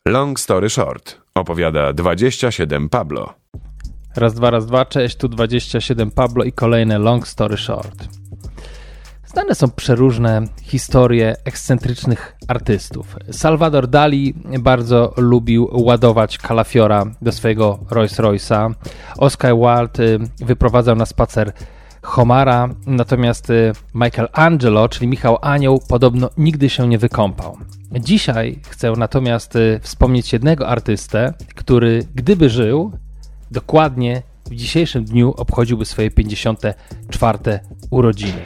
Long story short, opowiada 27 Pablo. Raz, dwa, cześć, tu 27 Pablo i kolejne Long story short. Znane są przeróżne historie ekscentrycznych artystów. Salvador Dali bardzo lubił ładować kalafiora do swojego Rolls Royce'a. Oscar Wilde wyprowadzał na spacer homara, natomiast Michelangelo, czyli Michał Anioł, podobno nigdy się nie wykąpał. Dzisiaj chcę natomiast wspomnieć jednego artystę, który gdyby żył, dokładnie w dzisiejszym dniu obchodziłby swoje 54. urodziny.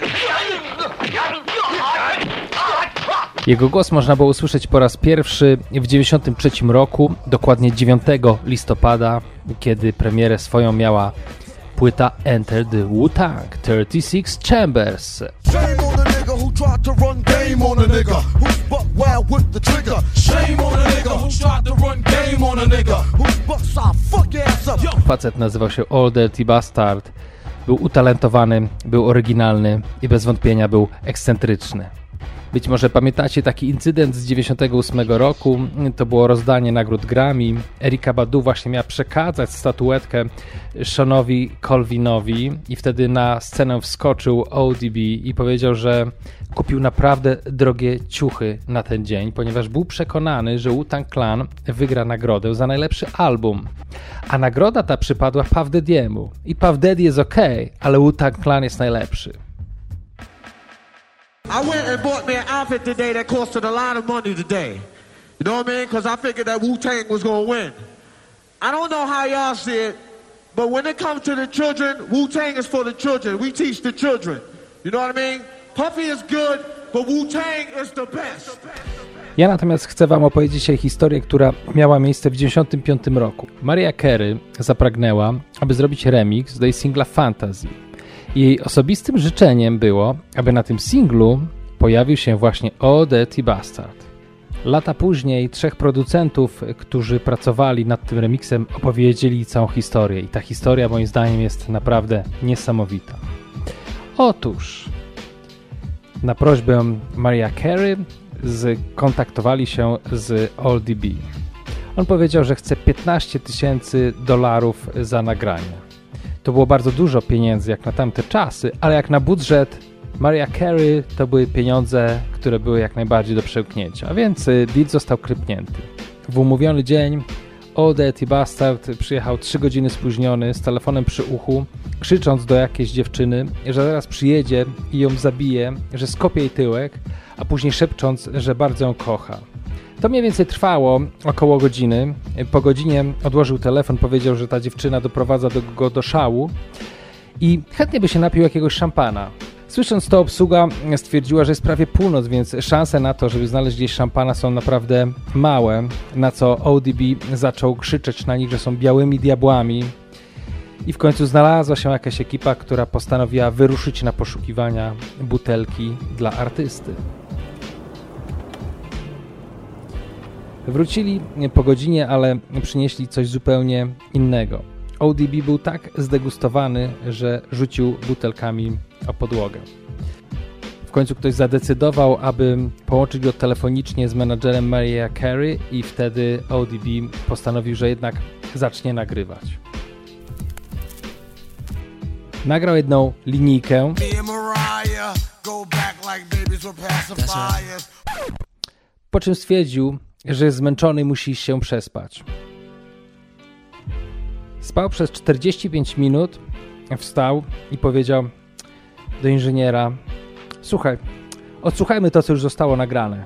Jego głos można było usłyszeć po raz pierwszy w 1993 roku, dokładnie 9 listopada, kiedy premierę swoją miała płyta Enter the Wu-Tang 36 Chambers. Facet nazywał się Old Dirty Bastard, był utalentowany, był oryginalny i bez wątpienia był ekscentryczny. Być może pamiętacie taki incydent z 1998 roku, to było rozdanie nagród Grammy. Erykah Badu właśnie miała przekazać statuetkę Seanowi Colvinowi i wtedy na scenę wskoczył ODB i powiedział, że kupił naprawdę drogie ciuchy na ten dzień, ponieważ był przekonany, że Wu-Tang Clan wygra nagrodę za najlepszy album. A nagroda ta przypadła Puff Daddy'emu. I Puff Daddy jest okej, ale Wu-Tang Clan jest najlepszy. I went and bought me an outfit today that costed a lot of money today. You know what I mean? Because I figured that Wu-Tang was going to win. I don't know how y'all see it, but when it comes to the children, Wu-Tang is for the children. We teach the children. You know what I mean? Puffy is good, but Wu-Tang is the best. Ja natomiast chcę wam opowiedzieć dzisiaj historię, która miała miejsce w 1995 roku. Mariah Carey zapragnęła, aby zrobić remix do jej singla Fantasy. Jej osobistym życzeniem było, aby na tym singlu pojawił się właśnie Old Dirty Bastard. Lata później 3 producentów, którzy pracowali nad tym remixem, opowiedzieli całą historię i ta historia moim zdaniem jest naprawdę niesamowita. Otóż na prośbę Mariah Carey skontaktowali się z ODB. On powiedział, że chce $15,000 za nagranie. To było bardzo dużo pieniędzy jak na tamte czasy, ale jak na budżet Mariah Carey to były pieniądze, które były jak najbardziej do przełknięcia, a więc deal został krypnięty. W umówiony dzień Old Dirty Bastard przyjechał 3 godziny spóźniony z telefonem przy uchu, krzycząc do jakiejś dziewczyny, że zaraz przyjedzie i ją zabije, że skopie jej tyłek, a później szepcząc, że bardzo ją kocha. To mniej więcej trwało około godziny. Po godzinie odłożył telefon, powiedział, że ta dziewczyna doprowadza go do szału i chętnie by się napił jakiegoś szampana. Słysząc to, obsługa stwierdziła, że jest prawie północ, więc szanse na to, żeby znaleźć gdzieś szampana są naprawdę małe, na co ODB zaczął krzyczeć na nich, że są białymi diabłami i w końcu znalazła się jakaś ekipa, która postanowiła wyruszyć na poszukiwania butelki dla artysty. Wrócili po godzinie, ale przynieśli coś zupełnie innego. ODB był tak zdegustowany, że rzucił butelkami o podłogę. W końcu ktoś zadecydował, aby połączyć go telefonicznie z menadżerem Mariah Carey i wtedy ODB postanowił, że jednak zacznie nagrywać. Nagrał jedną linijkę. Po czym stwierdził, że jest zmęczony i musi się przespać. Spał przez 45 minut, wstał i powiedział do inżyniera: słuchaj, odsłuchajmy to, co już zostało nagrane.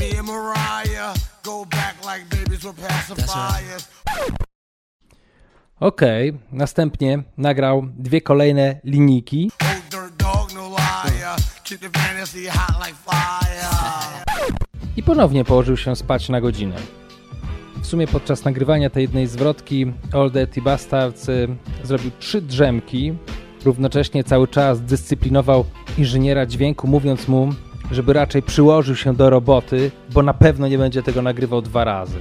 Okej, następnie nagrał 2 kolejne linijki. I ponownie położył się spać na godzinę. W sumie podczas nagrywania tej jednej zwrotki Old Dirty Bastard zrobił 3 drzemki. Równocześnie cały czas dyscyplinował inżyniera dźwięku, mówiąc mu, żeby raczej przyłożył się do roboty, bo na pewno nie będzie tego nagrywał 2 razy.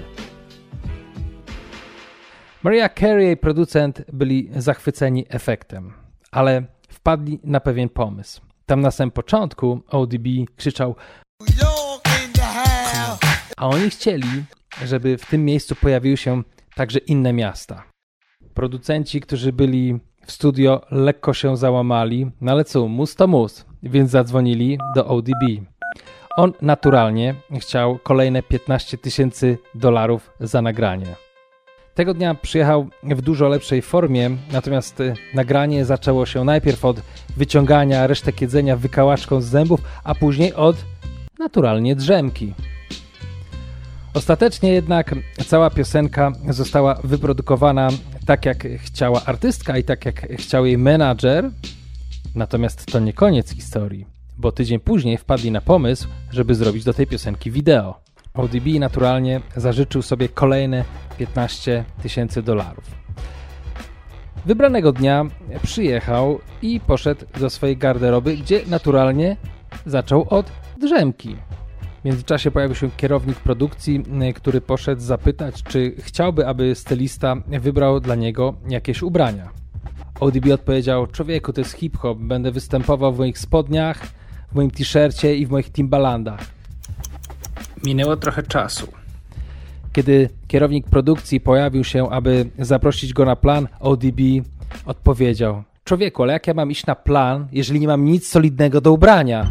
Mariah Carey i producent byli zachwyceni efektem, ale wpadli na pewien pomysł. Tam na samym początku ODB krzyczał, a oni chcieli, żeby w tym miejscu pojawiły się także inne miasta. Producenci, którzy byli w studio, lekko się załamali, no ale co, mus to mus, więc zadzwonili do ODB. On naturalnie chciał kolejne $15,000 za nagranie. Tego dnia przyjechał w dużo lepszej formie, natomiast nagranie zaczęło się najpierw od wyciągania resztek jedzenia wykałaczką z zębów, a później od naturalnie drzemki. Ostatecznie jednak cała piosenka została wyprodukowana tak, jak chciała artystka i tak, jak chciał jej menadżer. Natomiast to nie koniec historii, bo tydzień później wpadli na pomysł, żeby zrobić do tej piosenki wideo. ODB naturalnie zażyczył sobie kolejne $15,000. Wybranego dnia przyjechał i poszedł do swojej garderoby, gdzie naturalnie zaczął od drzemki. W międzyczasie pojawił się kierownik produkcji, który poszedł zapytać, czy chciałby, aby stylista wybrał dla niego jakieś ubrania. ODB odpowiedział: człowieku, to jest hip-hop, będę występował w moich spodniach, w moim t-shircie i w moich Timbalandach. Minęło trochę czasu. Kiedy kierownik produkcji pojawił się, aby zaprosić go na plan, ODB odpowiedział: człowieku, ale jak ja mam iść na plan, jeżeli nie mam nic solidnego do ubrania?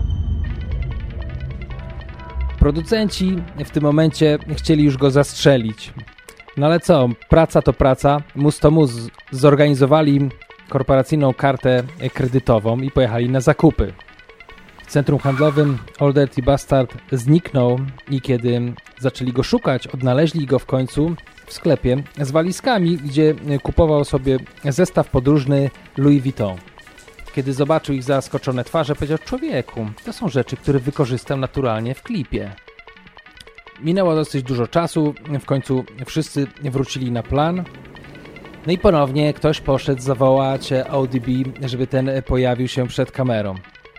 Producenci w tym momencie chcieli już go zastrzelić. No ale co, praca to praca, mus to mus. Zorganizowali korporacyjną kartę kredytową i pojechali na zakupy. W centrum handlowym Old Dirty Bastard zniknął i kiedy zaczęli go szukać, odnaleźli go w końcu w sklepie z walizkami, gdzie kupował sobie zestaw podróżny Louis Vuitton. Kiedy zobaczył ich zaskoczone twarze, powiedział: człowieku, to są rzeczy, które wykorzystam naturalnie w klipie. Minęło dosyć dużo czasu, w końcu wszyscy wrócili na plan. No i ponownie ktoś poszedł zawołać ODB, żeby ten pojawił się przed kamerą.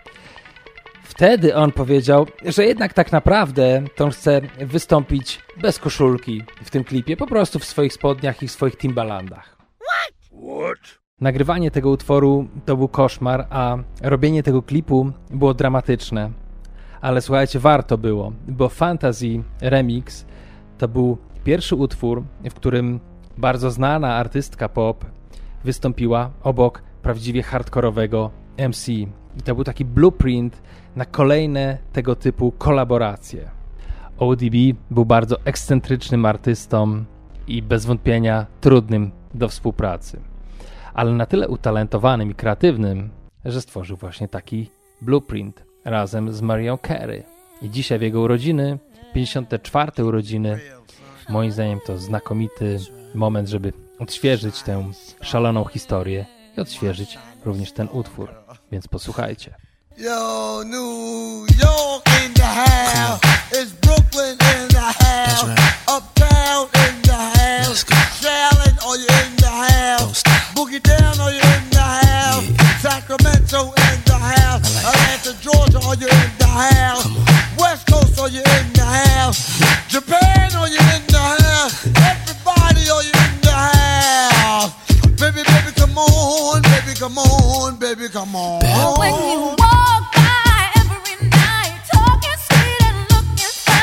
Wtedy on powiedział, że jednak tak naprawdę to on chce wystąpić bez koszulki w tym klipie, po prostu w swoich spodniach i w swoich Timbalandach. What? Nagrywanie tego utworu to był koszmar, a robienie tego klipu było dramatyczne. Ale słuchajcie, warto było, bo Fantasy Remix to był pierwszy utwór, w którym bardzo znana artystka pop wystąpiła obok prawdziwie hardkorowego MC. I to był taki blueprint na kolejne tego typu kolaboracje. ODB był bardzo ekscentrycznym artystą i bez wątpienia trudnym do współpracy. Ale na tyle utalentowanym i kreatywnym, że stworzył właśnie taki blueprint razem z Mariah Carey. I dzisiaj w jego urodziny, 54. urodziny, moim zdaniem to znakomity moment, żeby odświeżyć tę szaloną historię i odświeżyć również ten utwór. Więc posłuchajcie. Yo, New York in the house, it's Brooklyn in the house, right. Uptown in the house, Charlotte, are you in the house, Boogie Down, are you in the house, Sacramento in the house, Atlanta, Georgia, are you in the house, West Coast, are you in the house, Japan, are you in the house, everybody, are you in the house, baby, baby, come on, baby, come on, baby, come on. When you walk by every night, talking sweet and looking fine.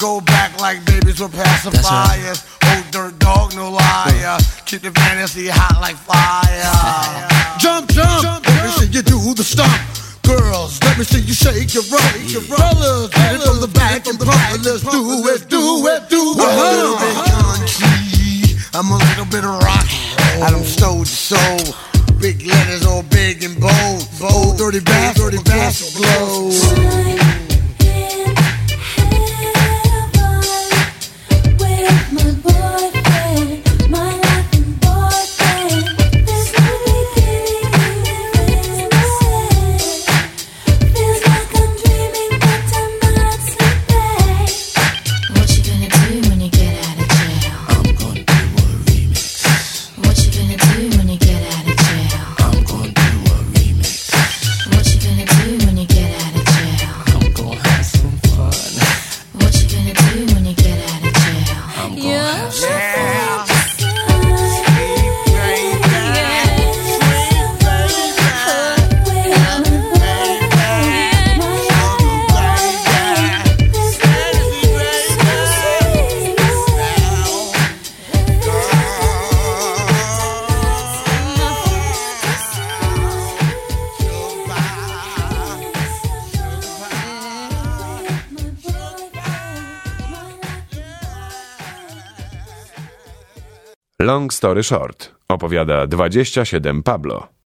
go back like babies with pacifiers. Old dirt dog, no liar. Keep the fantasy hot like fire. Jump, jump, let me see you do the stomp. Girls, let me see you shake your rump. Fellas, get it from the back and front. Let's do it, do it, do it. I'm a little bit country, I'm a little bit rock. I don't soul to soul. Big letters all big and bold. Old dirty bass, glow. Long story short, opowiada 27 Pablo.